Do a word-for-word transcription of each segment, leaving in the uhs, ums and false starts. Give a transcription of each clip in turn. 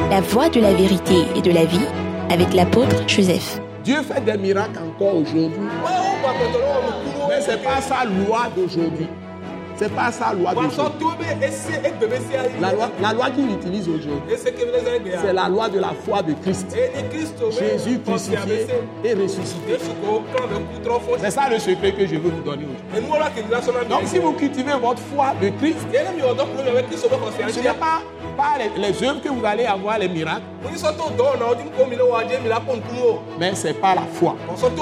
la voie de la vérité et de la vie avec l'apôtre Joseph. Dieu fait des miracles encore aujourd'hui. Mais ce n'est pas sa loi d'aujourd'hui. Ce n'est pas sa loi d'aujourd'hui. La loi, la loi qu'il utilise aujourd'hui, c'est la loi de la foi de Christ. Jésus crucifié et ressuscité. C'est ça le secret que je veux vous donner aujourd'hui. Donc si vous cultivez votre foi de Christ, ce n'est pas par les, les œuvres que vous allez avoir les miracles, mais c'est par la foi.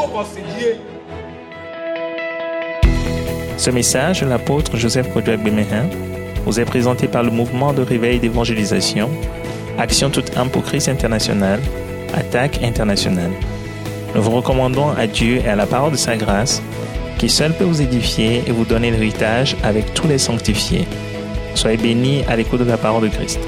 Ce message de l'apôtre Joseph Kodouak Bemehin vous est présenté par le mouvement de réveil d'évangélisation, Action toute âme pour Christ international, Attaque internationale. Nous vous recommandons à Dieu et à la parole de sa grâce, qui seul peut vous édifier et vous donner l'héritage avec tous les sanctifiés. Soyez bénis à l'écoute de la parole de Christ.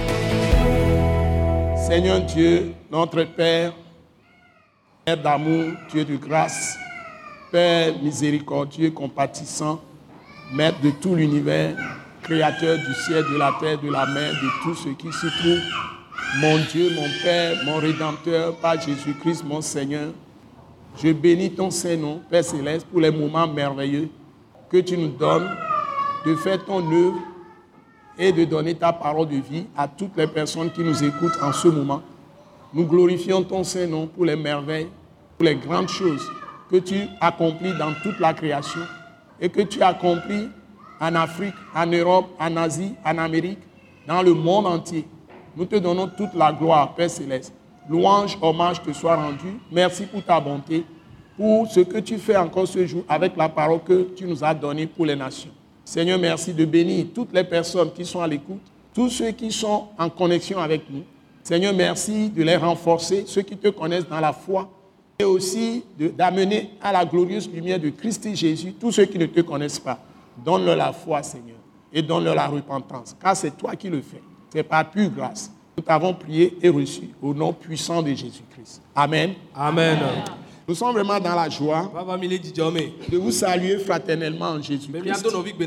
Seigneur Dieu, notre Père, Père d'amour, Dieu de grâce, Père miséricordieux, compatissant, Maître de tout l'univers, Créateur du ciel, de la terre, de la mer, de tout ce qui se trouve, mon Dieu, mon Père, mon Rédempteur, par Jésus-Christ, mon Seigneur, je bénis ton Saint-Nom, Père Céleste, pour les moments merveilleux que tu nous donnes de faire ton œuvre et de donner ta parole de vie à toutes les personnes qui nous écoutent en ce moment. Nous glorifions ton Saint-Nom pour les merveilles, pour les grandes choses que tu accomplis dans toute la création et que tu accomplis en Afrique, en Europe, en Asie, en Amérique, dans le monde entier. Nous te donnons toute la gloire, Père Céleste. Louange, hommage te soit rendu. Merci pour ta bonté, pour ce que tu fais encore ce jour avec la parole que tu nous as donnée pour les nations. Seigneur, merci de bénir toutes les personnes qui sont à l'écoute, tous ceux qui sont en connexion avec nous. Seigneur, merci de les renforcer, ceux qui te connaissent dans la foi, et aussi de, d'amener à la glorieuse lumière de Christ Jésus tous ceux qui ne te connaissent pas. Donne-leur la foi, Seigneur, et donne-leur la repentance, car c'est toi qui le fais. C'est par pure grâce. Nous t'avons prié et reçu au nom puissant de Jésus-Christ. Amen. Amen. Nous sommes vraiment dans la joie de vous saluer fraternellement en Jésus-Christ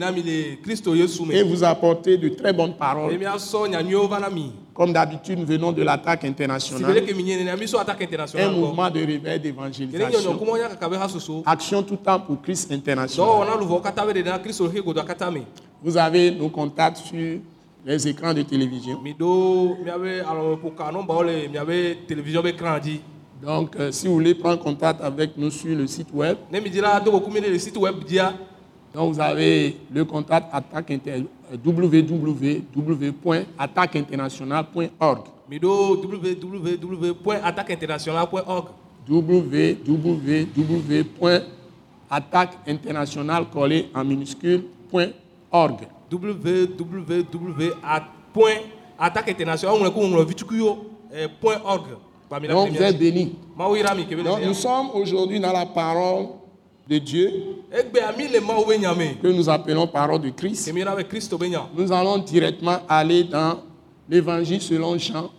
et vous apporter de très bonnes paroles. Comme d'habitude, nous venons de l'Attaque internationale, un mouvement de réveil d'évangélisation, Action tout temps pour Christ international. Vous avez nos contacts sur les écrans de télévision. Donc, euh, si vous voulez prendre contact avec nous sur le site web, donc vous avez le contact attaque inter, w w w point attaque internationale point org. w w w point attaque internationale point org. w w w point attaque internationale collé en minuscule point org. w w w point attaque internationale point org. Donc vous êtes bénis. Donc nous sommes aujourd'hui dans la parole de Dieu que nous appelons parole de Christ. Nous allons directement aller dans l'évangile selon Jean,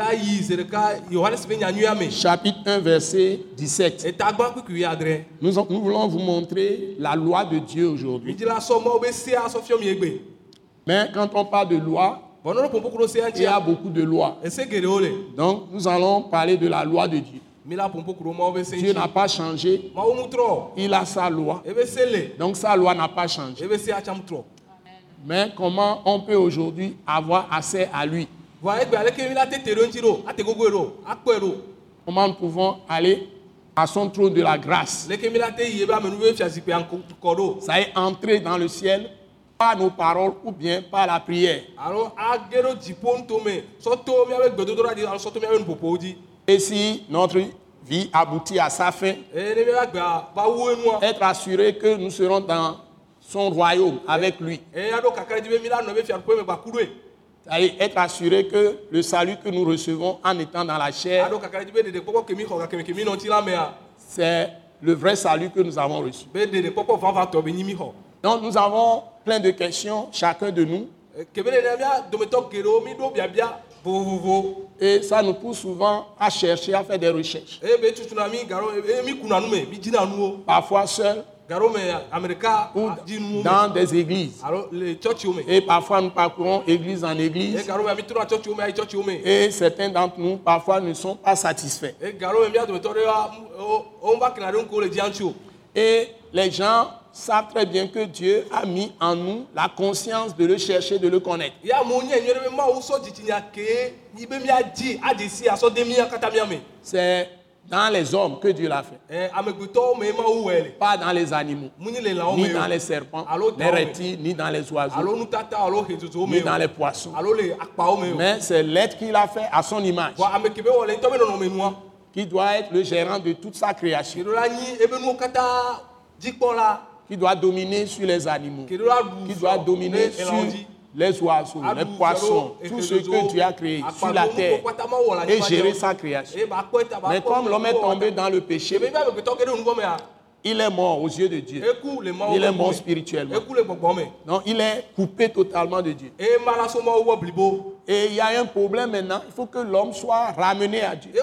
chapitre un, verset dix-sept. Nous, nous voulons vous montrer la loi de Dieu aujourd'hui. Mais quand on parle de loi, il y a beaucoup de lois. Donc, nous allons parler de la loi de Dieu. Dieu n'a pas changé. Il a sa loi. Donc, sa loi n'a pas changé. Mais comment on peut aujourd'hui avoir accès à lui? Comment nous pouvons aller à son trône de la grâce? Ça est entrer dans le ciel par nos paroles ou bien par la prière. Et si notre vie aboutit à sa fin, être assuré que nous serons dans son royaume avec lui. Être assuré que le salut que nous recevons en étant dans la chair, c'est le vrai salut que nous avons reçu. Donc nous avons plein de questions, chacun de nous. Et ça nous pousse souvent à chercher, à faire des recherches. Parfois seul, ou dans des églises. Et parfois nous parcourons église en église. Et certains d'entre nous parfois ne sont pas satisfaits. Et les gens savent très bien que Dieu a mis en nous la conscience de le chercher, de le connaître. C'est dans les hommes que Dieu l'a fait. Pas dans les animaux, ni dans les serpents, les reptiles, ni dans les oiseaux, ni dans les poissons. Mais c'est l'être qu'il a fait à son image, qui doit être le gérant de toute sa création, qui doit dominer sur les animaux, qui doit dominer sur les oiseaux, les poissons, tout ce que Dieu a créé sur la terre et gérer sa création. Mais comme l'homme est tombé dans le péché, il est mort aux yeux de Dieu. Il est mort spirituellement. Donc il est coupé totalement de Dieu. Et il y a un problème maintenant. Il faut que l'homme soit ramené à Dieu.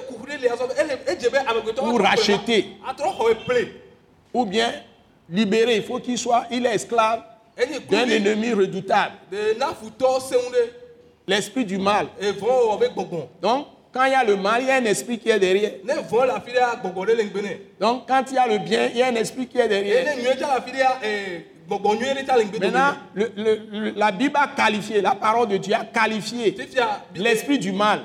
Ou racheté. Ou bien libéré. Il faut qu'il soit, il est esclave d'un ennemi redoutable. L'esprit du mal. Donc, quand il y a le mal, il y a un esprit qui est derrière. Donc, quand il y a le bien, il y a un esprit qui est derrière. Maintenant, le, le, le, la Bible a qualifié, la parole de Dieu a qualifié l'esprit du mal.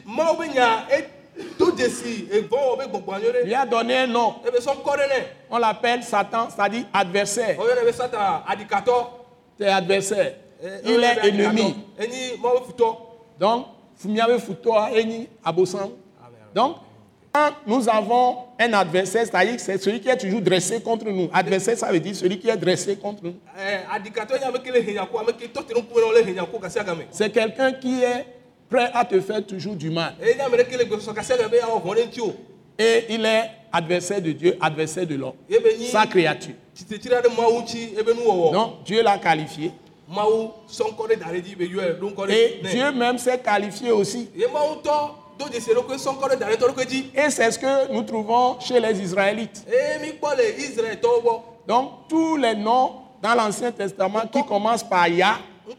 Il lui a donné un nom. On l'appelle Satan, c'est-à-dire adversaire. C'est adversaire. Il est ennemi. Donc, donc, quand nous avons un adversaire, c'est-à-dire que c'est celui qui est toujours dressé contre nous. Adversaire, ça veut dire celui qui est dressé contre nous. C'est quelqu'un qui est prêt à te faire toujours du mal. Et il est adversaire de Dieu, adversaire de l'homme, sa créature. Donc, Dieu l'a qualifié. Et Dieu même s'est qualifié aussi. Et c'est ce que nous trouvons chez les Israélites. Donc, tous les noms dans l'Ancien Testament qui commencent par Yah,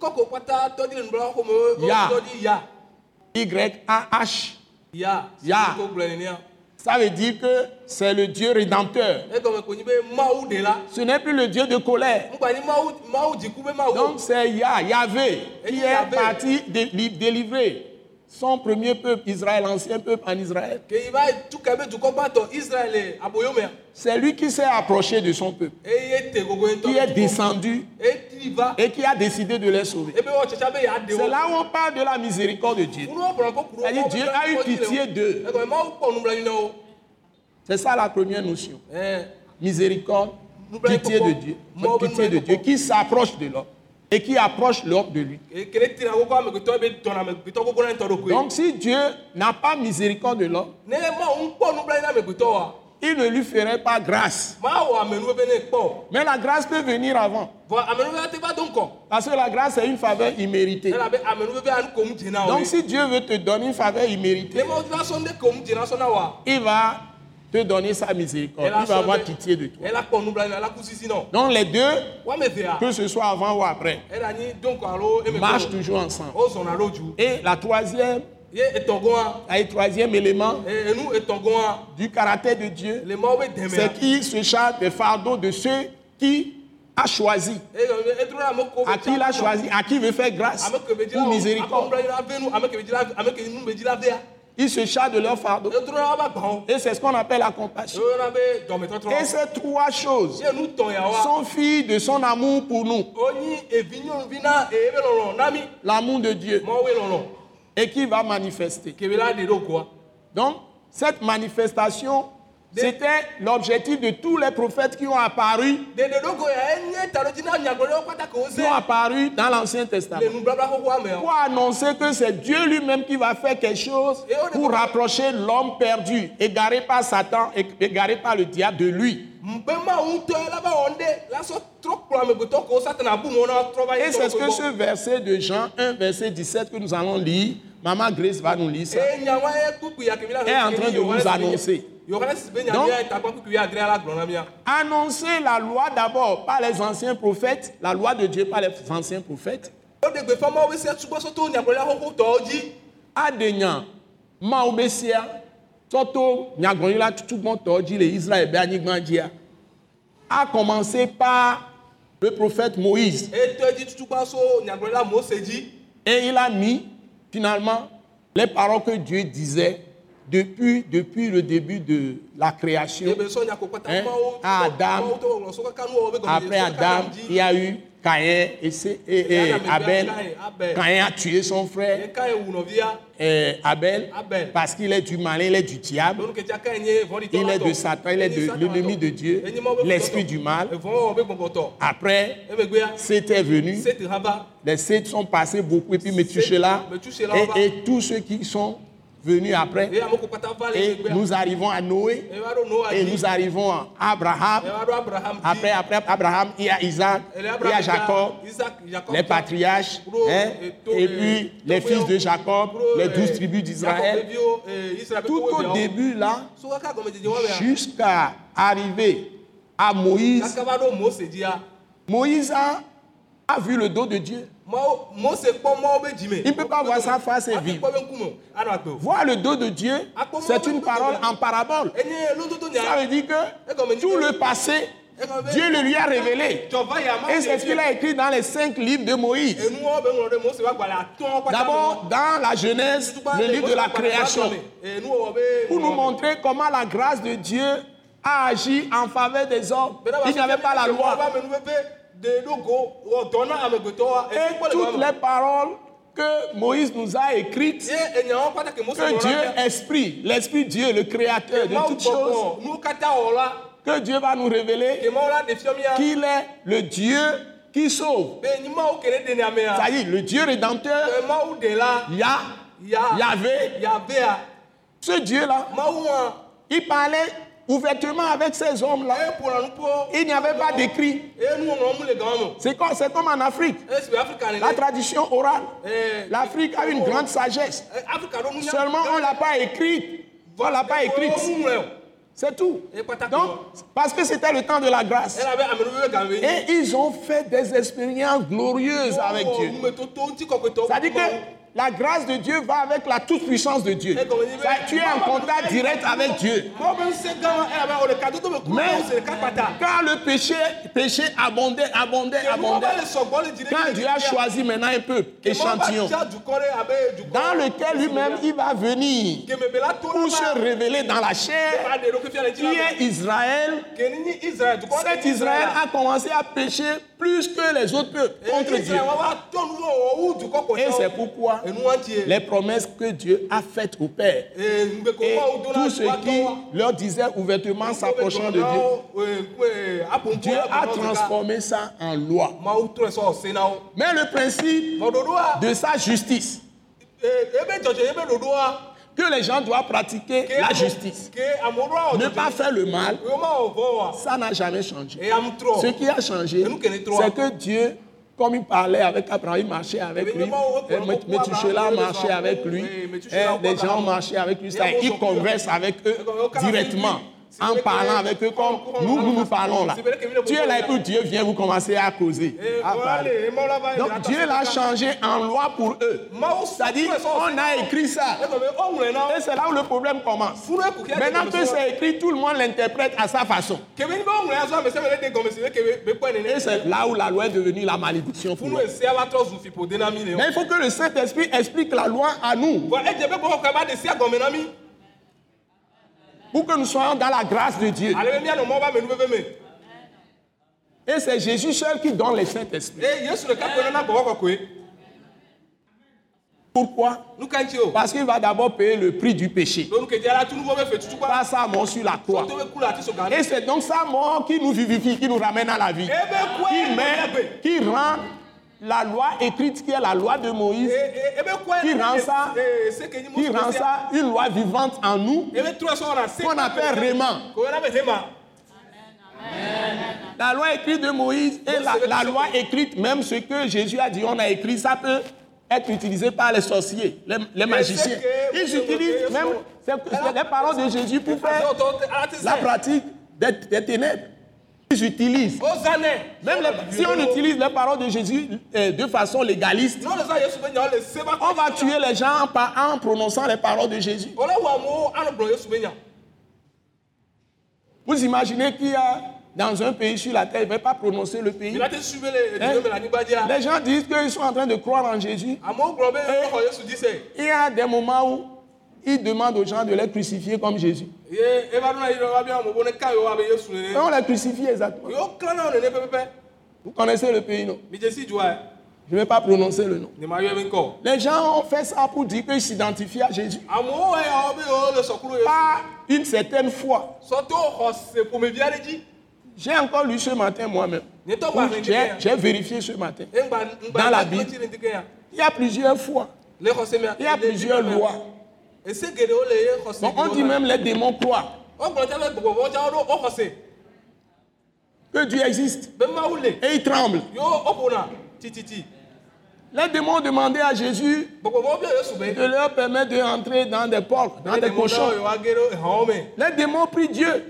Yah, Y A H, Yah, ça veut dire que c'est le Dieu rédempteur. Ce n'est plus le Dieu de colère. Donc c'est Yah, Yahvé, qui est parti de, délivrer son premier peuple, Israël, l'ancien peuple en Israël. C'est lui qui s'est approché de son peuple, qui est descendu et qui a décidé de les sauver. C'est là où on parle de la miséricorde de Dieu. C'est-à-dire Dieu a eu pitié d'eux. C'est ça la première notion. Miséricorde, pitié de Dieu, pitié de Dieu qui s'approche de l'homme et qui approche l'homme de lui. Donc si Dieu n'a pas miséricorde de l'homme, il ne lui ferait pas grâce. Mais la grâce peut venir avant. Parce que la grâce est une faveur imméritée. Donc si Dieu veut te donner une faveur imméritée, il va te donner sa miséricorde. Il va avoir pitié de toi. Donc les deux, que ce soit avant ou après, marchent toujours ensemble. Et la troisième, le troisième élément du caractère de Dieu, c'est qu'il se charge des fardeaux de ceux qui a choisi. À qui il a choisi, à qui il veut faire grâce ou miséricorde. Il se charge de leur fardeau. Et c'est ce qu'on appelle la compassion. Et ces trois choses sont filles de son amour pour nous. L'amour de Dieu. Et qui va manifester. Donc, cette manifestation, c'était l'objectif de tous les prophètes qui ont apparu, qui ont apparu dans l'Ancien Testament, pour annoncer que c'est Dieu lui-même qui va faire quelque chose pour rapprocher l'homme perdu, égaré par Satan, égaré par le diable de lui. Et c'est ce que ce verset de Jean un, verset dix-sept que nous allons lire, Maman Grace va nous lire ça, est en train de nous annoncer. Donc, annoncer la loi d'abord par les anciens prophètes, la loi de Dieu par les anciens prophètes. Adenya, Maobesia, Toto, Nyagonila, Tutubon Toji, les Israël, Béanigmandia, a commencé par le prophète Moïse. Et il a mis, finalement, les paroles que Dieu disait depuis, depuis le début de la création. Hein, à Adam, après Adam, il y a eu Caïn et, et, et Abel. Caïn a tué son frère et Abel parce qu'il est du malin, il est du diable. Il est de Satan, il est de l'ennemi de Dieu, l'esprit du mal. Après, c'était venu. Les sept sont passés beaucoup et puis Métuséla et, et tous ceux qui sont venus après. Et nous arrivons à Noé. Et nous arrivons à Abraham. Après, après Abraham, il y a Isaac, il y a Jacob, les patriarches, hein, et puis les fils de Jacob, les douze tribus d'Israël. Tout au début là, jusqu'à arriver à Moïse. Moïse a, a vu le dos de Dieu. Il ne peut pas voir sa face et vivre. Voir le dos de Dieu, c'est une parole en parabole. Ça veut dire que tout le passé, Dieu le lui a révélé. Et c'est ce qu'il a écrit dans les cinq livres de Moïse. D'abord, dans la Genèse, le livre de la création, pour nous montrer comment la grâce de Dieu a agi en faveur des hommes. Il n'y avait pas la loi. Et toutes les paroles que Moïse nous a écrites, que Dieu Esprit, l'Esprit Dieu, le Créateur de toutes choses, que Dieu va nous révéler qu'il est le Dieu qui sauve. Ça y est, le Dieu rédempteur, Yah, Yahvé, ce Dieu-là, il parlait ouvertement avec ces hommes-là. Il n'y avait pas d'écrit. C'est comme, c'est comme en Afrique. La tradition orale. L'Afrique a une grande sagesse. Seulement, on ne l'a pas écrite. On ne l'a pas écrite. C'est tout. Donc, parce que c'était le temps de la grâce. Et ils ont fait des expériences glorieuses avec Dieu. C'est-à-dire que la grâce de Dieu va avec la toute-puissance de Dieu. Ça, tu es en contact direct avec Dieu. Mais quand le péché, péché abondait, abondait, abondait, quand Dieu a choisi maintenant un peuple, échantillon, dans lequel lui-même il va venir pour se révéler dans la chair, qui est Israël, cet Israël a commencé à pécher plus que les autres peuples contre Dieu. Et c'est pourquoi les promesses que Dieu a faites au Père et tous ceux qui leur disaient ouvertement s'approchant de Dieu, Dieu a transformé ça en loi. Mais le principe de sa justice, que les gens doivent pratiquer la justice, ne pas faire le mal, ça n'a jamais changé. Ce qui a changé, c'est que Dieu, comme il parlait avec Abraham, il marchait avec lui, Métuséla marchait avec lui, les gens marchaient avec lui, il converse avec eux directement. En parlant avec eux comme nous, nous nous parlons là. Tu es là et puis Dieu vient vous commencer à causer, à parler. Donc Dieu l'a changé en loi pour eux. C'est-à-dire, on a écrit ça. Et c'est là où le problème commence. Maintenant que c'est écrit, tout le monde l'interprète à sa façon. Et c'est là où la loi est devenue la malédiction pour nous. Mais il faut que le Saint-Esprit explique la loi à nous. Pour que nous soyons dans la grâce de Dieu. Et c'est Jésus seul qui donne le Saint-Esprit. Pourquoi? Parce qu'il va d'abord payer le prix du péché. Par sa mort sur la croix. Et c'est donc sa mort qui nous vivifie, qui nous ramène à la vie. Qui met, qui rend la loi écrite, qui est la loi de Moïse, qui rend ça, qui rend ça une loi vivante en nous, qu'on appelle Réma. La loi écrite de Moïse et la, la loi écrite, même ce que Jésus a dit, on a écrit, ça peut être utilisé par les sorciers, les, les magiciens. Ils utilisent même c'est, c'est les paroles de Jésus pour faire la pratique des, des ténèbres. Ils utilisent. Même les, si on utilise les paroles de Jésus euh, de façon légaliste, on va tuer les gens en, en prononçant les paroles de Jésus. Vous imaginez qu'il y a dans un pays sur la terre, il ne va pas prononcer le pays. Hein? Les gens disent qu'ils sont en train de croire en Jésus. Et il y a des moments où ils demandent aux gens de les crucifier comme Jésus. Et on les crucifie exactement. Vous connaissez le pays, non? Je ne vais pas prononcer le nom. Les gens ont fait ça pour dire qu'ils s'identifient à Jésus. Par une certaine foi. J'ai encore lu ce matin moi-même. J'ai, j'ai vérifié ce matin. Dans la Bible, il y a plusieurs fois. Il y a plusieurs lois. Donc on dit même les démons croient que Dieu existe. Et ils tremblent. Les démons demandaient à Jésus de leur permettre d'entrer dans des porcs, dans des cochons. Les démons prient Dieu.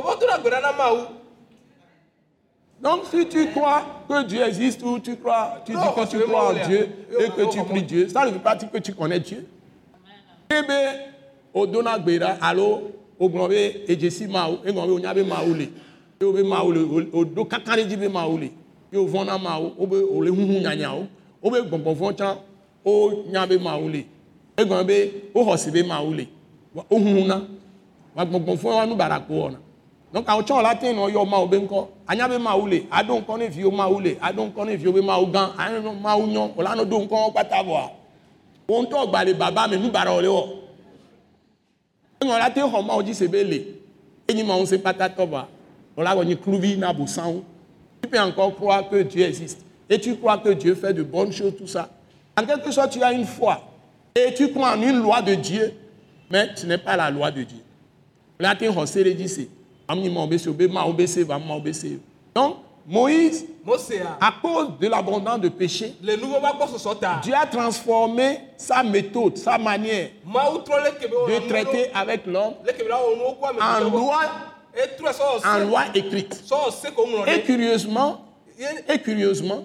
Donc si tu crois que Dieu existe ou tu crois, tu dis que tu crois en Dieu et que tu pries Dieu, ça ne veut pas dire que tu connais Dieu. Ebe odona gbera alo ogbonbe ejesi mawo engombe onyabe maole e obe maole odo kakare jibe maole e ovona mawo obe ole huhu nyanya o obe gbongbon fonchan o nyabe maole engombe o hosibe maole o huhuna wa gbongbon fon wa nu barako ona. Donc a ocho latin no yo ma obe nko anyabe maole adon nko ne vi o maole adon nko ne vi obe ma ogan anu ma unyon olano do nko patabo. On to gba le baba me nu bara ole wo. On la te ho ma oji sebele. Eni ma on se patato ba. On la goni clouvi na bosan. Tu peux encore croire que Dieu existe et tu crois que Dieu fait de bonnes choses tout ça. En quelque sorte tu as une foi et tu crois en une loi de Dieu mais ce n'est pas la loi de Dieu. La te ho sere di se. Amni ma obese obe ma obese va ma obese. Donc Moïse, à cause de l'abondance de péché, Dieu a transformé sa méthode, sa manière de traiter avec l'homme en loi, en loi écrite. Et curieusement, et curieusement,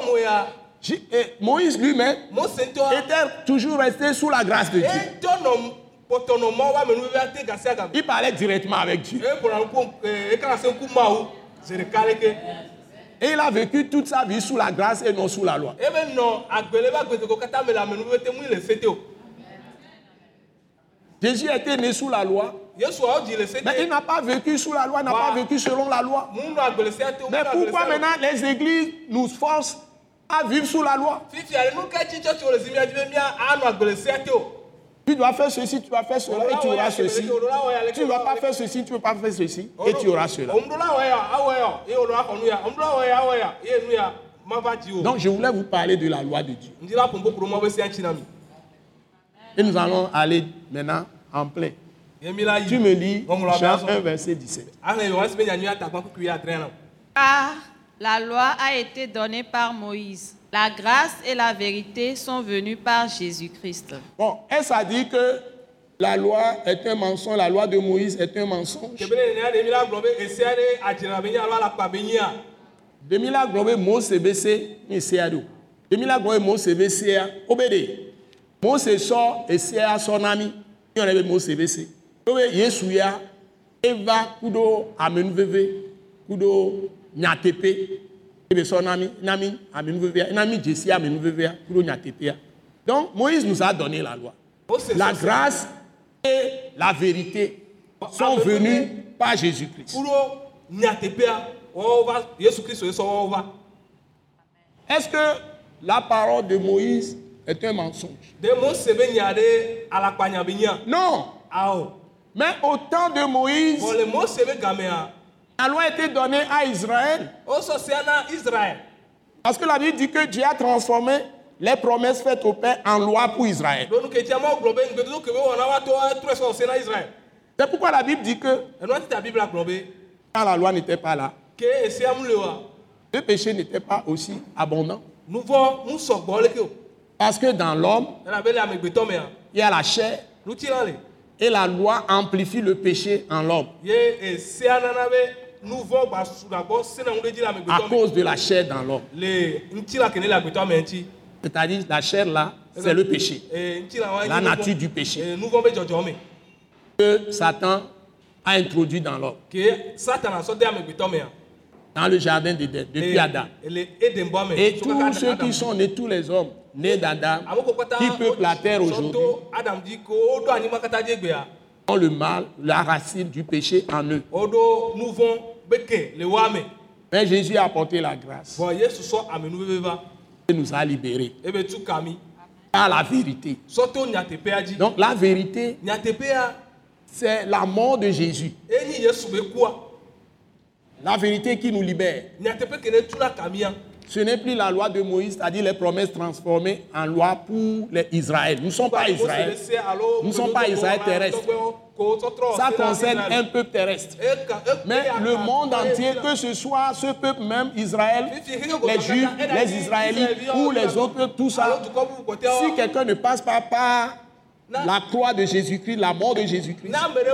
Moïse lui-même était toujours resté sous la grâce de Dieu. Il parlait directement avec Dieu. Et il a vécu toute sa vie sous la grâce et non sous la loi. Jésus était né sous la loi, mais il n'a pas vécu sous la loi, il n'a pas vécu selon la loi. Mais pourquoi maintenant les églises nous forcent à vivre sous la loi? Tu dois faire ceci, tu dois faire cela et tu auras ceci. Tu ne dois pas faire ceci, tu ne peux pas faire ceci et tu auras cela. Donc je voulais vous parler de la loi de Dieu. Et nous allons aller maintenant en plein. Tu me lis Jean un, verset dix-sept. Ah, la loi a été donnée par Moïse. La grâce et la vérité sont venues par Jésus-Christ. Bon, est-ce à dire que la loi est un mensonge, la loi de Moïse est un mensonge? Demila globe Mose bese ni seado. Demila globe Mose bese ya obede. Mose so esia sonami. Ni onebe Mose bese. Obe Yesu ya eva kudo amenuveve kudo nyatepe. Donc Moïse nous a donné la loi. La grâce et la vérité sont venues par Jésus-Christ. Est-ce que la parole de Moïse est un mensonge? Non. Mais au temps de Moïse, la loi a été donnée à Israël. Parce que la Bible dit que Dieu a transformé les promesses faites au Père en loi pour Israël. C'est pourquoi la Bible dit que quand la loi n'était pas là, le péché n'était pas aussi abondant. Parce que dans l'homme, ena be le amegbetɔ mea il y a la chair ŋutilã le et la loi amplifie le péché en l'homme ye esea nana be nu vɔ gba su gbɔ sena ŋu ɖe dzi le à amegbetɔ me cause de la chair dans l'homme. le ŋutilã kene le agbetɔ me ŋuti C'est-à-dire la chair là, c'est le péché, ee ŋutilã wa la nature du péché ee nu vɔ be dzɔdzɔ me que Satan a introduit dans l'homme, ke satana sɔ de amegbetɔ mea dans le jardin d'Éden, depuis Adam. le Eden bɔ me Et so tous kaka ceux Adam. qui sont nés, tous les hommes nés d'Adam, Ame ko kpata qui peuplent la terre aujourd'hui, sɔto Adam dzi ko woɖo anyigba katã dzi egbea ont le mal, la racine du péché en eux. woɖo nu vɔ be ke le woa me Mais Jésus a apporté la grâce vɔ Yesu sɔ amenuveve va et nous a libérés ebe tu kami par la vérité. sɔto nyateƒea dzi Donc la vérité, nyateƒea c'est la mort de Jésus. enyi Yesu be kua La vérité qui nous libère. nyateƒe ke ne tuna kamia Ce n'est plus la loi de Moïse, c'est-à-dire les promesses transformées en loi pour les Israël. Nous ne sommes pas Israël. Nous ne sommes pas Israël terrestre. Ça concerne un peuple terrestre. Mais le monde entier, que ce soit ce peuple même, Israël, les Juifs, les Israélites ou les autres peuples, tout ça, si quelqu'un ne passe pas par la croix de Jésus-Christ, la mort de Jésus-Christ,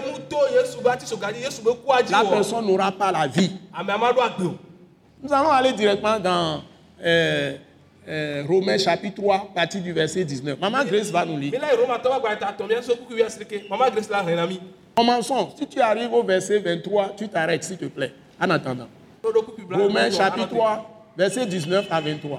la personne n'aura pas la vie. Nous allons aller directement dans euh, euh, Romains chapitre trois, partie du verset dix-neuf. Maman Grace va nous lire. Commençons. Si tu arrives au verset vingt-trois, tu t'arrêtes, s'il te plaît. En attendant. Romains chapitre trois, verset dix-neuf à vingt-trois.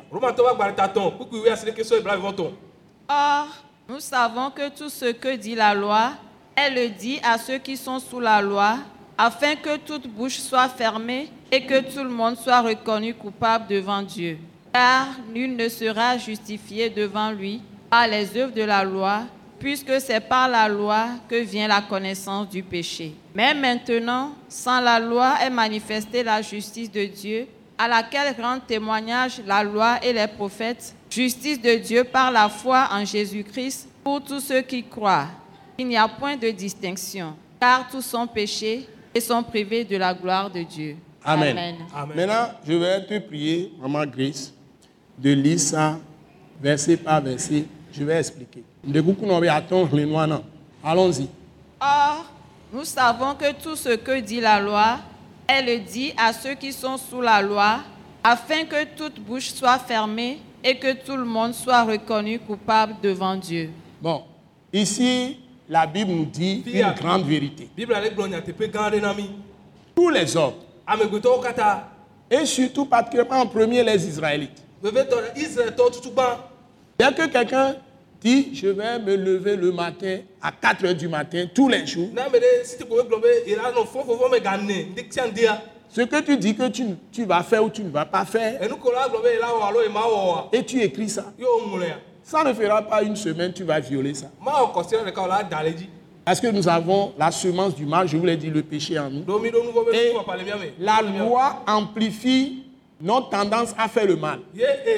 Or, nous savons que tout ce que dit la loi, elle le dit à ceux qui sont sous la loi, afin que toute bouche soit fermée et que tout le monde soit reconnu coupable devant Dieu. Car nul ne sera justifié devant lui par les œuvres de la loi, puisque c'est par la loi que vient la connaissance du péché. Mais maintenant, sans la loi est manifestée la justice de Dieu, à laquelle rendent témoignage la loi et les prophètes, justice de Dieu par la foi en Jésus-Christ pour tous ceux qui croient. Il n'y a point de distinction, car tous sont péchés et sont privés de la gloire de Dieu. Amen. Amen. Amen. Maintenant, je vais te prier, Maman Grace, de lire ça verset par verset. Je vais expliquer. Allons-y. Or, nous savons que tout ce que dit la loi, elle le dit à ceux qui sont sous la loi, afin que toute bouche soit fermée et que tout le monde soit reconnu coupable devant Dieu. Bon, ici, la Bible nous dit une grande vérité. Tous les hommes, et surtout particulièrement en premier les Israélites. Dès que quelqu'un dit, je vais me lever le matin à quatre heures du matin, tous les jours, ce que tu dis que tu, tu vas faire ou tu ne vas pas faire, et tu écris ça, ça ne fera pas une semaine, tu vas violer ça. Parce que nous avons la semence du mal, je vous l'ai dit, le péché en nous. Et la loi amplifie notre tendance à faire le mal.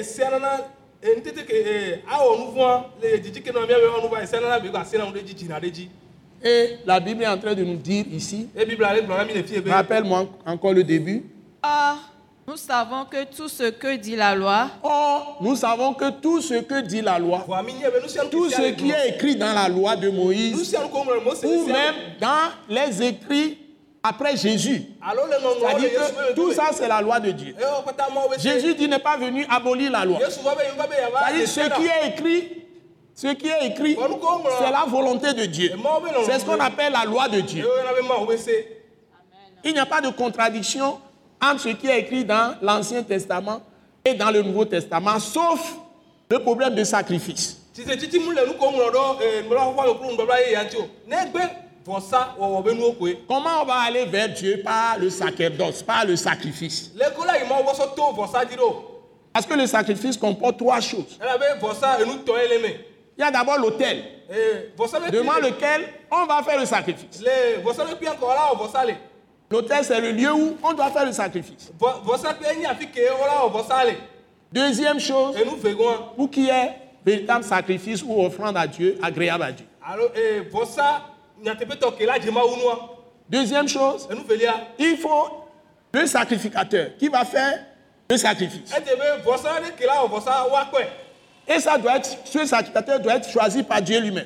Et la Bible est en train de nous dire ici, rappelle-moi encore le début. Or, nous savons que tout ce que dit la loi, Or, nous savons que tout ce que dit la loi, tout ce qui est écrit dans la loi de Moïse, ou même dans les écrits après Jésus, c'est-à-dire que tout ça c'est la loi de Dieu. Jésus dit n'est pas venu abolir la loi. C'est-à-dire ce qui est écrit, ce qui est écrit, c'est la volonté de Dieu. C'est ce qu'on appelle la loi de Dieu. Il n'y a pas de contradiction entre ce qui est écrit dans l'Ancien Testament et dans le Nouveau Testament, sauf le problème de sacrifice. Comment on va aller vers Dieu par le sacerdoce, par le sacrifice? Parce que le sacrifice comporte trois choses. Il y a d'abord l'autel, devant lequel on va faire le sacrifice. L'autel, c'est le lieu où on doit faire le sacrifice. Deuxième chose, pour qu'il y ait véritable sacrifice ou offrande à Dieu, agréable à Dieu. Deuxième chose, il faut le sacrificateur qui va faire le sacrifice. Et ça doit être, ce sacrificateur doit être choisi par Dieu lui-même.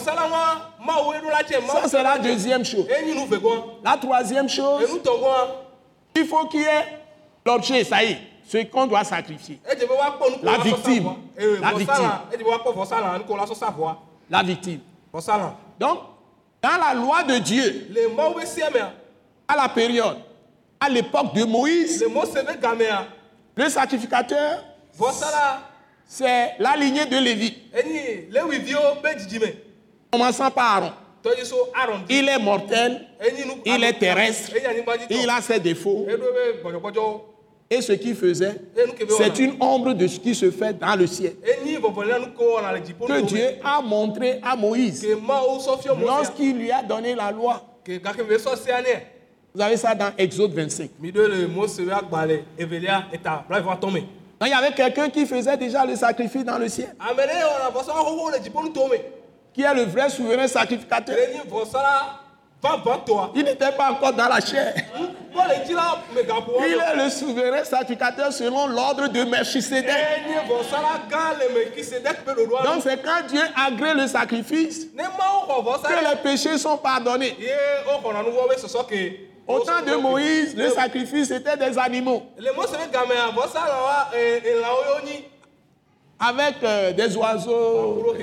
Ça, c'est la deuxième chose. La troisième chose, il faut qu'il y ait l'objet, ça y est, ce qu'on doit sacrifier. La victime. La victime. La victime. Donc, dans la loi de Dieu, à la période, à l'époque de Moïse, le sacrificateur, c'est la lignée de Lévi. Commençant par Aaron. Il est mortel, il est terrestre, il a ses défauts. Et ce qu'il faisait, c'est une ombre de ce qui se fait dans le ciel. Que Dieu a montré à Moïse lorsqu'il lui a donné la loi. Vous avez ça dans Exode vingt-cinq. Donc, il y avait quelqu'un qui faisait déjà le sacrifice dans le ciel. Qui est le vrai souverain sacrificateur. Il n'était pas encore dans la chair. Il est le souverain sacrificateur selon l'ordre de Melchisédek. Donc c'est quand Dieu agrée le sacrifice que les péchés sont pardonnés. Au temps de Moïse, le sacrifice était des animaux. Avec euh, des oiseaux.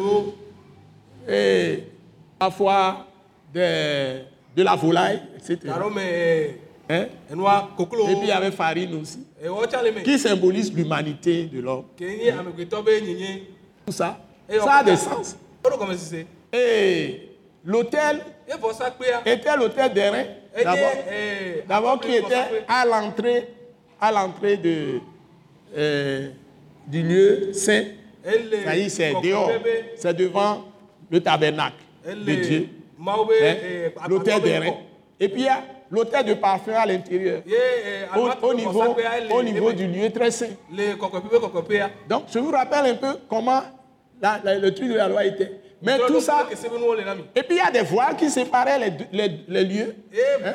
Et parfois de, de la volaille, et cetera. Hein? Et puis il y avait farine aussi, qui symbolise l'humanité de l'homme. Tout ça, ça a des sens. Et l'autel était l'autel d'airain, d'abord, d'abord qui était à l'entrée, à l'entrée de, euh, du lieu saint. Ça y est, c'est dehors, c'est devant le tabernacle de Dieu, hein? L'autel d'airain. Et puis il y a l'autel de parfum à l'intérieur, au, au, niveau, au niveau du lieu très saint. Donc je vous rappelle un peu comment la, la, le truc de la loi était. Mais tout ça, et puis il y a des voiles qui séparaient les, les, les lieux. Hein?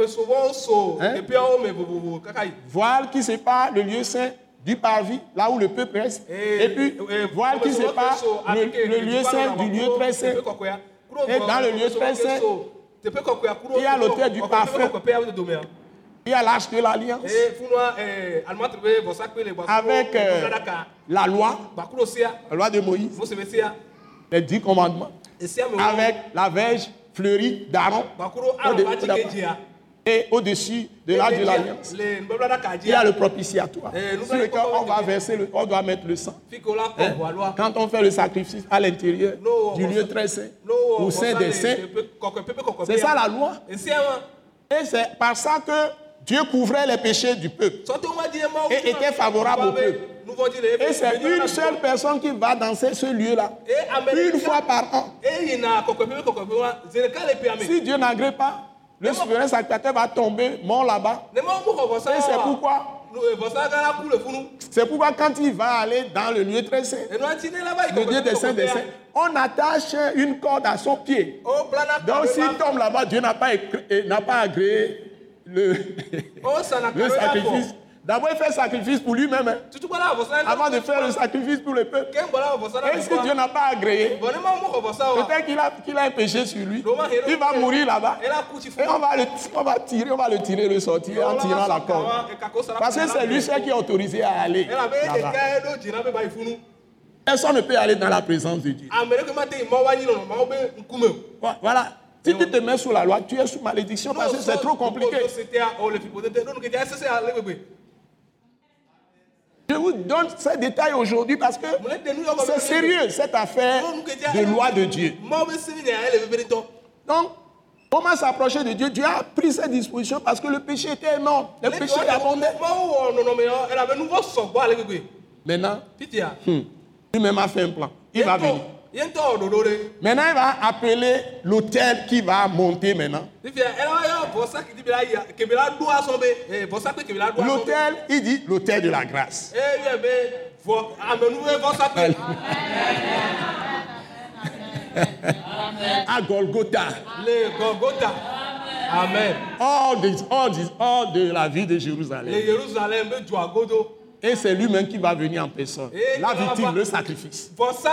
Hein? Voiles qui séparent le lieu saint du parvis, là où le peuple reste. Et, et puis, voile qui sépare le, le lieu saint du lieu très saint. Et dans le lieu très saint, il y a l'autel du parfum. Il y a l'arche de l'alliance. Avec euh, la loi, la loi de Moïse, les dix commandements. Avec la verge fleurie d'Aaron. Et au-dessus de l'arche de l'alliance, il y a le propitiatoire. Sur lequel on va verser, le, on doit mettre le sang. Hein? Quand on fait le sacrifice à l'intérieur du lieu très saint, ou saint des saints, c'est ça la loi. Et c'est par ça que Dieu couvrait les péchés du peuple et était favorable au peuple. Et c'est une seule personne qui va dans ce lieu-là, une fois par an. Si Dieu n'agrée pas, le souverain sacrificateur va tomber mort là-bas. Et c'est pourquoi, c'est pourquoi quand il va aller dans le lieu très saint, le lieu des saints des saints, on attache une corde à son pied. Donc s'il tombe là-bas, Dieu n'a pas, n'a pas agréé le, le sacrifice. D'abord, il fait sacrifice pour lui-même, hein, avant de faire le sacrifice pour le peuple. Et si Dieu n'a pas agréé, peut-être qu'il a, qu'il a un péché sur lui, il va mourir là-bas. Et on va, le, on va tirer, on va le tirer, le sortir en tirant la corde. Parce que c'est lui seul qui est autorisé à aller là-bas. Personne ne peut aller dans la présence de Dieu. Voilà. Si tu te mets sous la loi, tu es sous malédiction parce que c'est trop compliqué. Je vous donne ces détails aujourd'hui parce que c'est sérieux, cette affaire de loi de Dieu. Donc, comment s'approcher de Dieu? Dieu a pris ses dispositions parce que le péché était énorme. Le péché abondait. Maintenant, hmm, lui-même a fait un plan. Il va venir. Maintenant, il va appeler l'autel qui va monter maintenant. L'autel, il dit l'autel de la grâce. À Golgotha. Amen. All, this, all, this, all de la vie de Jérusalem. Et c'est lui-même qui va venir en personne. La victime, le sacrifice.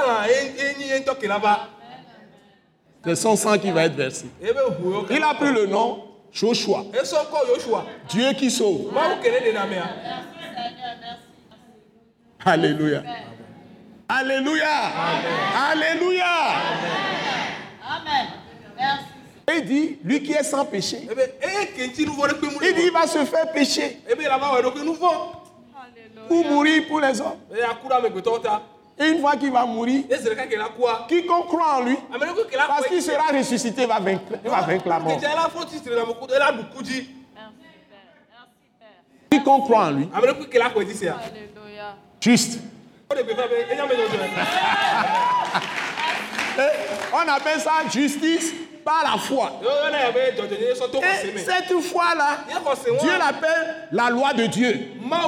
C'est son sang qui va être versé. Il a pris le nom Joshua. Dieu qui sauve. Alléluia. Alléluia. Alléluia. Amen. Merci. Il dit, lui qui est sans péché, il dit, il va se faire pécher pour mourir pour les hommes. Et une fois qu'il va mourir, quiconque croit en lui, parce qu'il sera ressuscité, il va vaincre, il va vaincre la mort. Quiconque croit en lui, juste. On appelle ça justice par la foi. Et cette foi-là, Dieu l'appelle la loi de Dieu.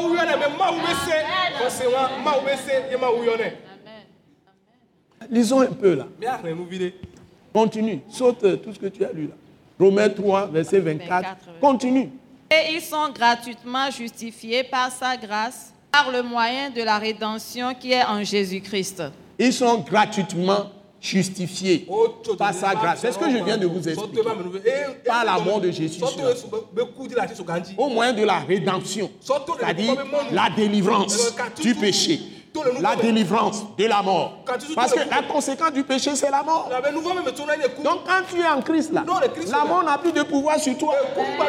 Lisons un peu là. Continue. Saute tout ce que tu as lu là. Romains trois, verset vingt-quatre. Continue. Et ils sont gratuitement justifiés par sa grâce, par le moyen de la rédemption qui est en Jésus-Christ. Ils sont gratuitement justifiés par sa grâce. C'est ce que je viens de vous expliquer. Par la mort de Jésus. Au moyen de la rédemption. C'est-à-dire la délivrance du péché. La délivrance de la mort. Parce que la conséquence du péché, c'est la mort. Donc quand tu es en Christ, là, la mort n'a plus de pouvoir sur toi.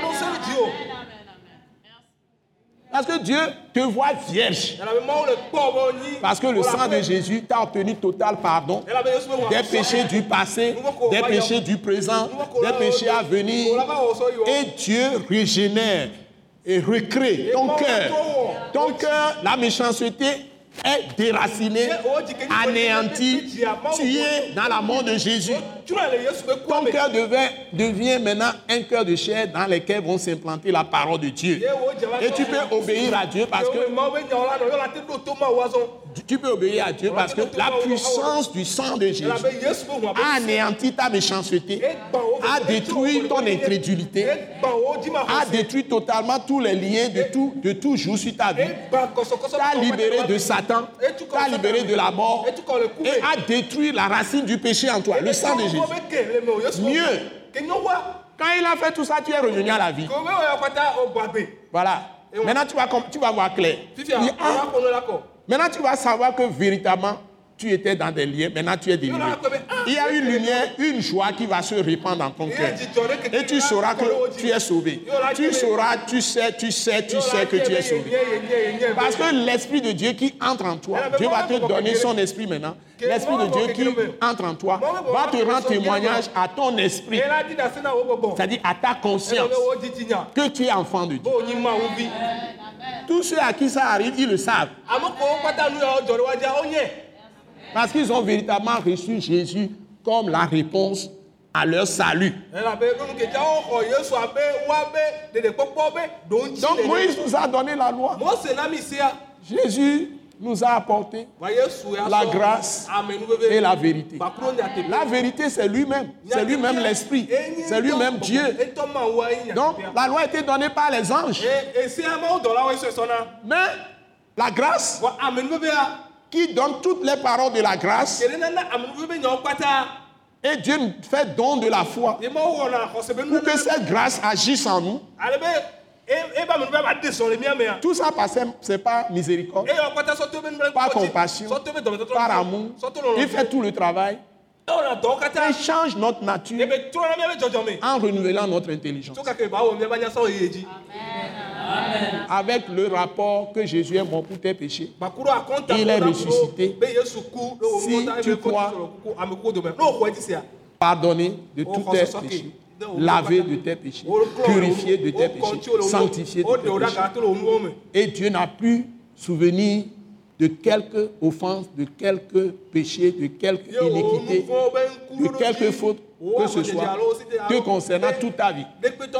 Parce que Dieu te voit vierge. Parce que le sang de Jésus t'a obtenu total pardon des péchés du passé, des péchés du présent, des péchés à venir. Et Dieu régénère et recrée ton cœur. Ton cœur, la méchanceté est déracinée, anéantie, tuée dans la mort de Jésus. Ton cœur devient, devient maintenant un cœur de chair dans lequel vont s'implanter la parole de Dieu. Et tu peux obéir à Dieu parce que tu peux obéir à Dieu parce que la puissance du sang de Jésus a anéanti ta méchanceté, a détruit ton incrédulité, a détruit totalement tous les liens de tout, de tout jour sur ta vie, t'a libéré de Satan, t'a libéré de la mort et a détruit la racine du péché en toi, le sang de Jésus. Mieux, quand il a fait tout ça, tu es revenu à la vie. Voilà. Maintenant, tu vas, tu vas voir clair. Maintenant, tu vas savoir que véritablement, tu étais dans des liens. Maintenant, tu es délivré. Il y a une lumière, une joie qui va se répandre dans ton cœur. Et tu sauras que tu es sauvé. Tu sauras, tu sais, tu sais, tu sais que tu es sauvé. Parce que l'Esprit de Dieu qui entre en toi, Dieu va te donner son esprit maintenant. L'Esprit de Dieu qui entre en toi va te rendre témoignage à ton esprit. C'est-à-dire à ta conscience que tu es enfant de Dieu. Tous ceux à qui ça arrive, ils le savent. Parce qu'ils ont véritablement reçu Jésus comme la réponse à leur salut. Donc Moïse nous a donné la loi. Jésus nous a apporté la grâce et la vérité. La vérité, c'est lui-même. C'est lui-même l'Esprit. C'est lui-même Dieu. Donc, la loi a été donnée par les anges. Mais la grâce, qui donne toutes les paroles de la grâce, et Dieu nous fait don de la foi pour que cette grâce agisse en nous. Tout ça passe, c'est pas miséricorde, pas compassion, par amour. Il fait tout le travail. Il change notre nature en renouvelant notre intelligence. Amen. Avec le rapport que Jésus est mort pour tes péchés, il est ressuscité. Si tu crois, pardonné de tous tes péchés, lavé de tes péchés, purifié de tes péchés, sanctifié de tes péchés. Et Dieu n'a plus souvenir de quelque offense, de quelque péché, de quelque iniquité, de quelque faute que ce soit, te concernant toute ta vie.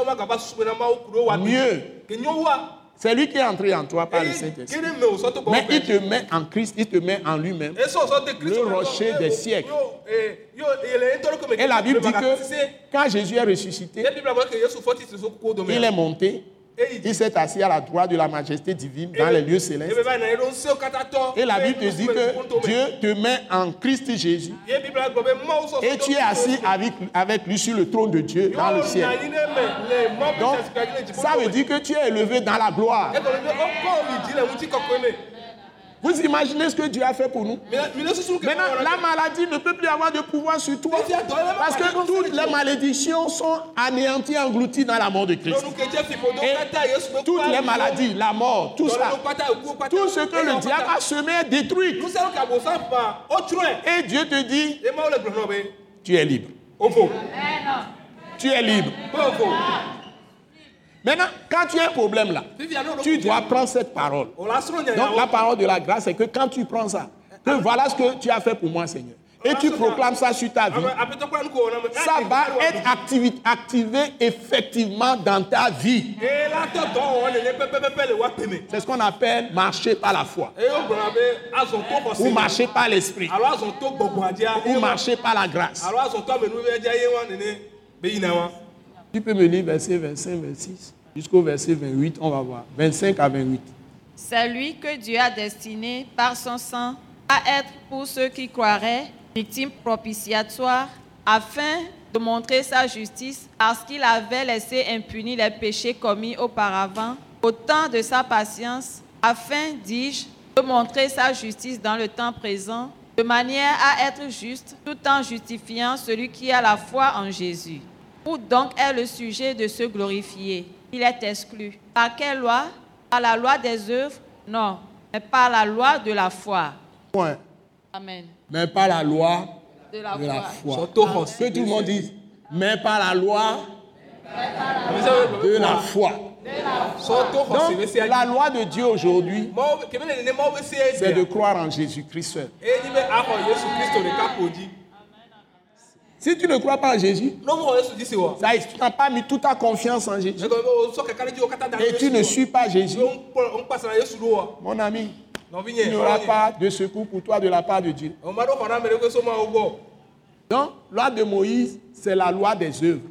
Mieux, c'est lui qui est entré en toi par le Saint-Esprit. Mais il te met en Christ, il te met en lui-même, le rocher des siècles. Et la Bible dit que quand Jésus est ressuscité, il est monté Il s'est assis à la droite de la majesté divine dans les lieux célestes. Et la Bible te dit que Dieu te met en Christ Jésus. Et tu es assis avec, avec lui sur le trône de Dieu dans le ciel. Donc, ça veut dire que tu es élevé dans la gloire. Vous imaginez ce que Dieu a fait pour nous? Maintenant, la maladie ne peut plus avoir de pouvoir sur toi. Parce que toutes les malédictions sont anéanties, englouties dans la mort de Christ. Et toutes les maladies, la mort, tout ça, tout ce que le diable a semé est détruit. Et Dieu te dit, tu es libre. Tu es libre. Maintenant, quand tu as un problème là, tu dois prendre cette parole. Donc la parole de la grâce, c'est que quand tu prends ça, que voilà ce que tu as fait pour moi, Seigneur. Et tu proclames ça sur ta vie. Ça va être activé, activé effectivement dans ta vie. C'est ce qu'on appelle marcher par la foi. Ou marcher par l'esprit. Ou marcher par la grâce. Tu peux me lire verset vingt-cinq, vingt-six, jusqu'au verset vingt-huit, on va voir. vingt-cinq à vingt-huit. C'est lui que Dieu a destiné par son sang à être pour ceux qui croiraient victime propitiatoire, afin de montrer sa justice, parce qu'il avait laissé impunis les péchés commis auparavant, au temps de sa patience, afin, dis-je, de montrer sa justice dans le temps présent, de manière à être juste, tout en justifiant celui qui a la foi en Jésus. Où donc est le sujet de se glorifier? Il est exclu. Par quelle loi? Par la loi des œuvres? Non, mais par la loi de la foi. Point. Amen. Mais par la loi de la de la foi. foi. Que tout le monde dise. Mais par la loi de la foi. Donc, la loi de Dieu aujourd'hui, c'est de croire en Jésus-Christ seul. Si tu ne crois pas en Jésus, ça, tu n'as pas mis toute ta confiance en Jésus. Et tu ne suis pas Jésus. Mon ami, il n'y aura pas de secours pour toi de la part de Dieu. Donc, la loi de Moïse, c'est la loi des œuvres.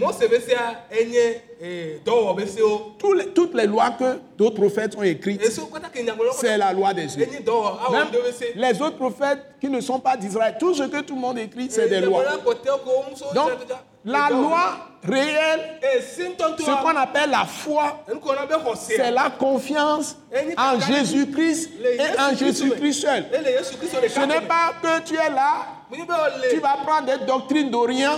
Tous les, toutes les lois que d'autres prophètes ont écrites, c'est la loi des œuvres. Même les autres prophètes qui ne sont pas d'Israël, tout ce que tout le monde écrit, c'est des lois. Donc, la loi réelle, ce qu'on appelle la foi, c'est la confiance en Jésus-Christ et en Jésus-Christ seul. Ce n'est pas que tu es là, tu vas prendre des doctrines d'Orient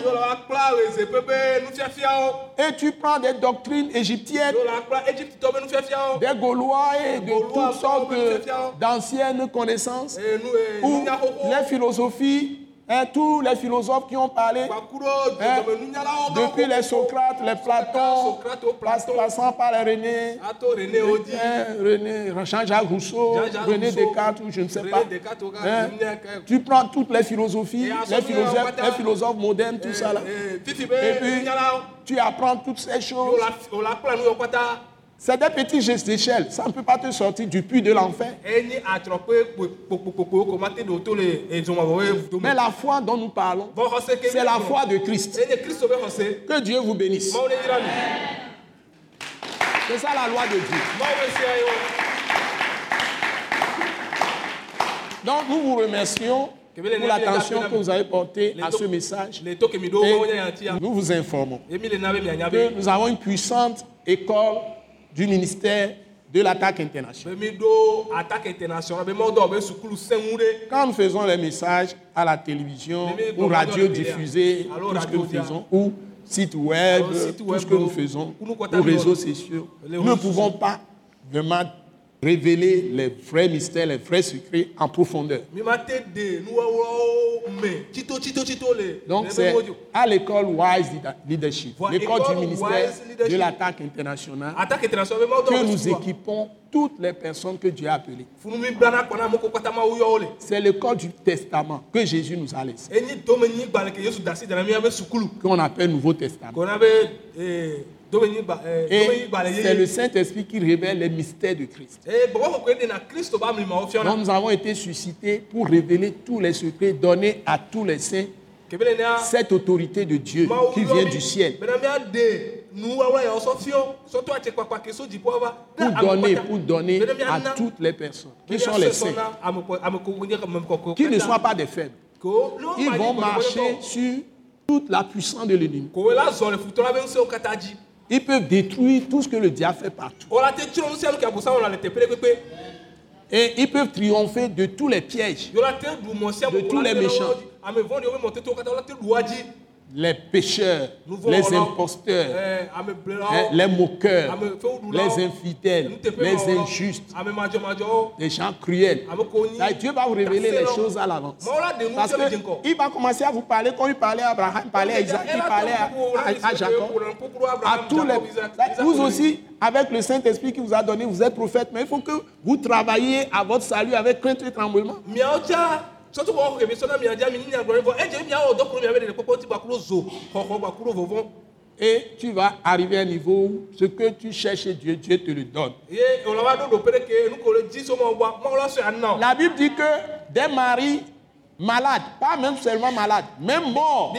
et tu prends des doctrines égyptiennes, des Gaulois et de toutes sortes d'anciennes connaissances, ou les philosophies. Hein, tous les philosophes qui ont parlé, hein, depuis les Socrates, les Platon, passant par les René, hein, René, Jean-Jacques Rousseau, René Descartes, ou je ne sais pas. Hein, tu prends toutes les philosophies, les philosophes, les philosophes modernes, tout ça là. Et puis, tu apprends toutes ces choses. C'est des petits gestes d'échelle. Ça ne peut pas te sortir du puits de l'enfer. Mais la foi dont nous parlons, c'est la foi de Christ. Que Dieu vous bénisse. C'est ça la loi de Dieu. Donc nous vous remercions pour l'attention que vous avez portée à ce message. Et nous vous informons que nous avons une puissante école du ministère de l'attaque internationale. Quand nous faisons les messages à la télévision ou radio diffusée, tout ce que nous faisons, ou site web, tout ce que nous faisons, ou réseaux sociaux, nous ne pouvons pas vraiment révéler les vrais mystères, les vrais secrets en profondeur. Donc c'est à l'école Wise Leadership, l'école du ministère de l'attaque internationale, que nous équipons toutes les personnes que Dieu a appelées. C'est l'école du testament que Jésus nous a laissé, qu'on appelle Nouveau Testament. Et c'est le Saint-Esprit qui révèle les mystères de Christ. Donc nous avons été suscités pour révéler tous les secrets donnés à tous les saints cette autorité de Dieu qui vient du ciel. Pour donner, pour donner à toutes les personnes qui sont les saints, qui ne soient pas des faibles. Ils vont marcher sur toute la puissance de l'ennemi. Ils peuvent détruire tout ce que le diable fait partout. Et ils peuvent triompher de tous les pièges, de tous les méchants, les pécheurs, les imposteurs, hein, les moqueurs, les infidèles, les injustes, les gens cruels. Là, Dieu va vous révéler les choses à l'avance. Parce qu'il va commencer à vous parler comme il parlait à Abraham, il parlait à Isaac, il parlait à, à, à Jacob, à tous les... Vous aussi, avec le Saint-Esprit qui vous a donné, vous êtes prophète, mais il faut que vous travailliez à votre salut avec crainte et tremblement. Et tu vas arriver à un niveau où ce que tu cherches chez Dieu, Dieu te le donne. La Bible dit que des maris malades, pas même seulement malades, même morts,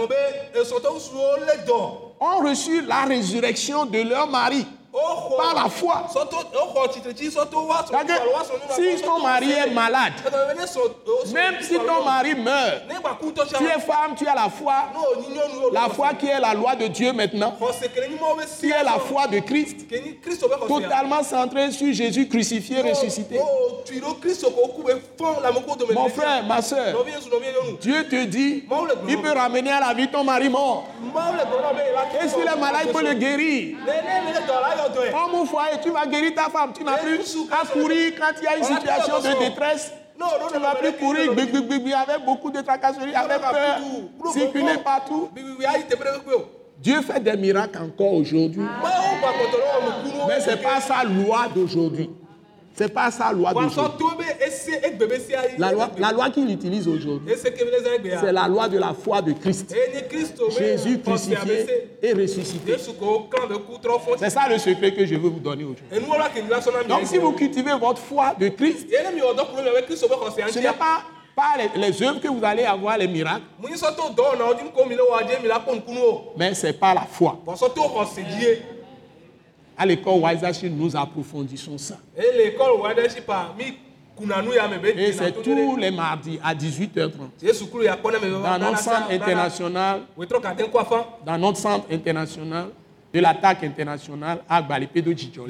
ont reçu la résurrection de leur mari. Par la foi. Si ton mari est malade, même si ton mari meurt, tu es femme, tu as la foi, la foi qui est la loi de Dieu maintenant, qui est la foi de Christ, totalement centrée sur Jésus crucifié, ressuscité. Mon frère, ma soeur, Dieu te dit, il peut ramener à la vie ton mari mort. Et s'il est malade, il peut le guérir. Comme au foyer, tu vas guérir ta femme. Tu n'as plus à courir quand il y a une situation de détresse. Tu ne vas plus courir avec beaucoup de tracasseries, avec peur, circuler partout. Dieu fait des miracles encore aujourd'hui. Mais ce n'est pas sa loi d'aujourd'hui. Ce n'est pas sa loi d'aujourd'hui. La loi, la loi qu'il utilise aujourd'hui, c'est la loi de la foi de Christ. Jésus crucifié et ressuscité. C'est ça le secret que je veux vous donner aujourd'hui. Donc si vous cultivez votre foi de Christ, ce n'est pas par les, les œuvres que vous allez avoir les miracles, mais c'est par la foi. À l'école Wisership, nous approfondissons ça. Et c'est tous les mardis à dix-huit heures trente. Dans notre centre international, dans notre centre international de l'attaque internationale à Gbalipedo Djidjolé.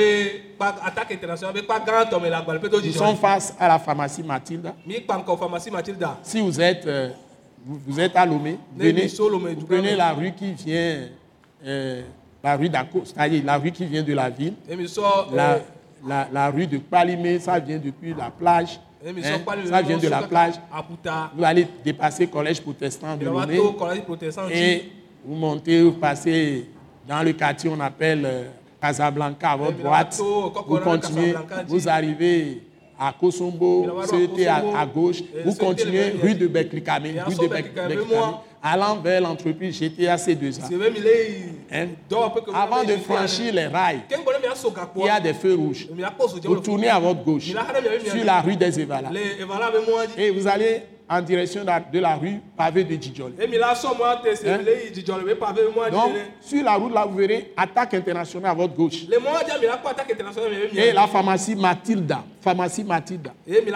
Nous sommes face à la pharmacie Mathilda. Si vous êtes, euh, vous, vous êtes à Lomé, venez, vous prenez la rue qui vient... Euh, la rue d'Ako, c'est-à-dire la rue qui vient de la ville, la, la, la rue de Palimé, ça vient depuis la plage, hein, ça vient de la plage. Vous allez dépasser Collège Protestant de Lomé et vous montez, vous passez dans le quartier on appelle euh, Casablanca à votre droite, vous continuez, vous arrivez à Kosombo, c'était à, à gauche, vous continuez rue de Beklikame, rue de Beklikame, allant vers l'entreprise G T A C deux A. Hein? Avant de franchir les rails, il y a des feux rouges. Vous tournez à votre gauche, sur la rue des Evala. Et vous allez en direction de la rue pavée de Djidjolé. Hein? Donc, sur la route là, vous verrez attaque internationale à votre gauche. Et la pharmacie Mathilda. Pharmacie Mathilda.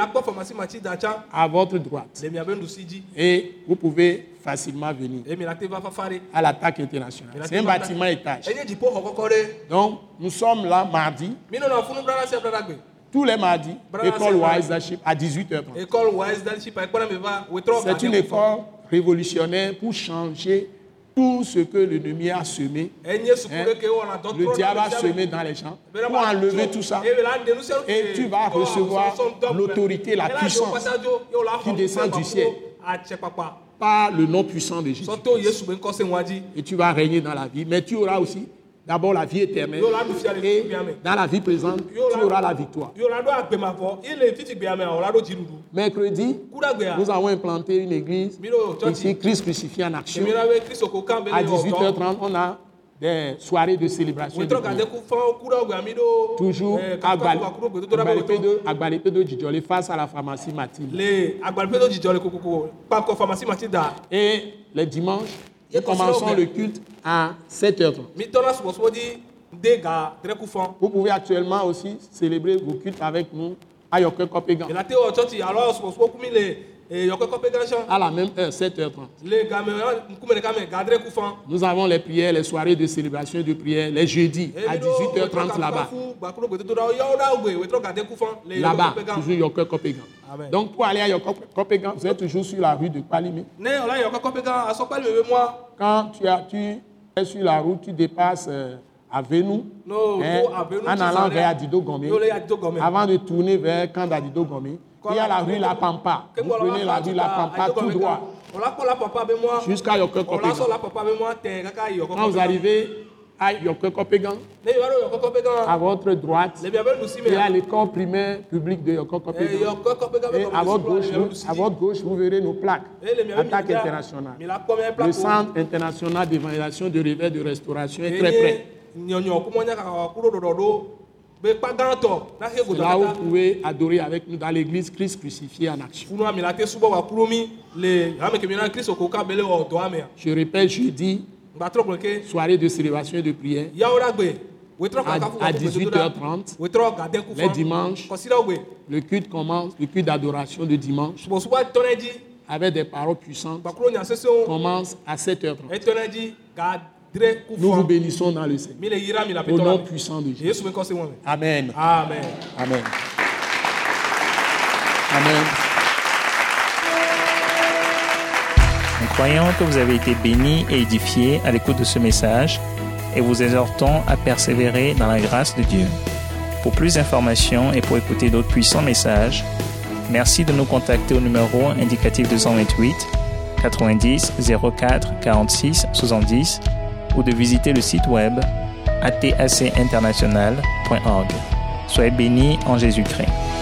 À votre droite. Et vous pouvez facilement venir à l'attaque internationale. C'est un bâtiment étage. Donc, nous sommes là mardi. Tous les mardis, école Wisership à dix-huit heures trente. C'est une école révolutionnaire pour changer tout ce que l'ennemi a semé. Hein? Le diable a semé dans les gens pour enlever tout ça. Et tu vas recevoir l'autorité, la puissance qui descend du ciel par le nom puissant de Jésus. Et tu vas régner dans la vie. Mais tu auras aussi d'abord la vie éternelle. Et dans la vie présente, tu auras la victoire. Mercredi, nous avons implanté une église ici, Christ crucifié en action. À dix-huit heures trente, on a des soirées de célébration. We de tro ga de prière. ku fan ku do gbe mi do. Toujours Eh, ka- ka- Agbali- ka- ku do gbe to do da be Agbalipedo to. Agbalipedo Djidjolé face à la pharmacie Mathilde. Le agbalipe do jijọ le kokoko. Pa ko pharmacie Matilda. Et les dimanches, nous Et commençons considérons le culte à sept heures trente. Mi tona subo subo di de ga dre ku fan. Vous pouvez actuellement aussi célébrer vos cultes avec nous à Yoke Kopegan Il a été au church alors subo subo ku mi le e yo ko ko pe ganshan. à la même heure, sept heures trente. Le ga me ku me ga me ga dre ku fan. Nous avons les prières, les soirées de célébration de prière, les jeudis à dix-huit heures trente là-bas. Là-bas, toujours Yoke Kopegan. Amen. Donc pour aller à Yoke Kopegan, vous êtes toujours sur la rue de Palimé. Quand tu, as, tu es sur la route, tu dépasses euh, à Venou, No, hein, go à Venou, en tu allant s'en vers es- Adido Gomé, Yo le Adido Gomé. avant de tourner vers Kandadido Gomé. Il y a la rue La Pampa. Vous prenez la rue La Pampa tout droit jusqu'à Yoke Kopegan. Quand vous arrivez à Yoke Kopegan, à votre droite, il y a l'école primaire publique de Yoke Kopegan. Et à votre gauche, vous, à votre gauche, vous verrez nos plaques. Attaque internationale. Le Centre international d'évaluation de réveil de restauration est très près. C'est là où vous pouvez adorer avec nous dans l'église Christ crucifié en action. Je répète, jeudi, soirée de célébration et de prière à, à dix-huit heures trente. Les dimanches, le culte commence, le culte d'adoration de dimanche avec des paroles puissantes commence à sept heures trente. Nous vous bénissons dans le Seigneur. Au nom puissant de Jésus. Amen. Amen. Amen. Amen. Nous croyons que vous avez été bénis et édifiés à l'écoute de ce message et vous exhortons à persévérer dans la grâce de Dieu. Pour plus d'informations et pour écouter d'autres puissants messages, merci de nous contacter au numéro indicatif deux cent vingt-huit quatre-vingt-dix zéro quatre quarante-six soixante-dix ou de visiter le site web a t a c international point org. Soyez bénis en Jésus-Christ.